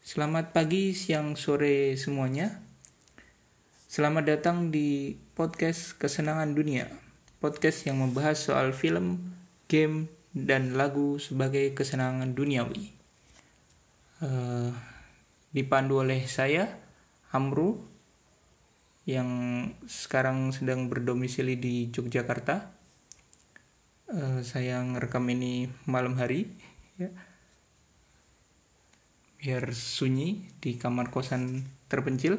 Selamat pagi, siang, sore semuanya. Selamat datang di podcast Kesenangan Dunia. Podcast yang membahas soal film, game, dan lagu sebagai kesenangan duniawi. Dipandu oleh saya, Amru, yang sekarang sedang berdomisili di Yogyakarta. Saya ngerekam ini malam hari, ya. Biar sunyi di kamar kosan terpencil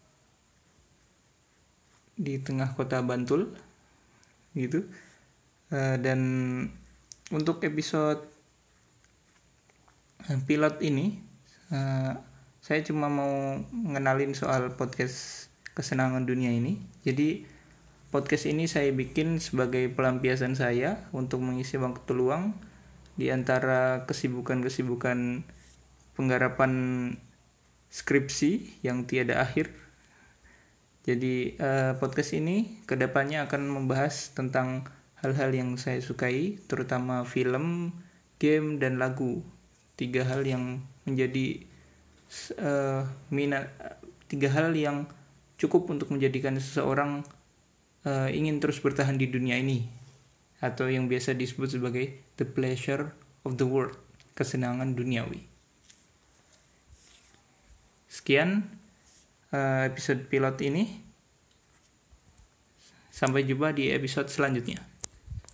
di tengah kota Bantul gitu. Dan untuk episode pilot ini saya cuma mau ngenalin soal podcast Kesenangan Dunia ini. Jadi podcast ini saya bikin sebagai pelampiasan saya untuk mengisi waktu luang di antara kesibukan penggarapan skripsi yang tiada akhir. Jadi podcast ini kedepannya akan membahas tentang hal-hal yang saya sukai, terutama film, game, dan lagu. 3 hal yang menjadi tiga hal yang cukup untuk menjadikan seseorang ingin terus bertahan di dunia ini, atau yang biasa disebut sebagai the pleasure of the world, kesenangan duniawi. Sekian episode pilot ini. Sampai jumpa di episode selanjutnya.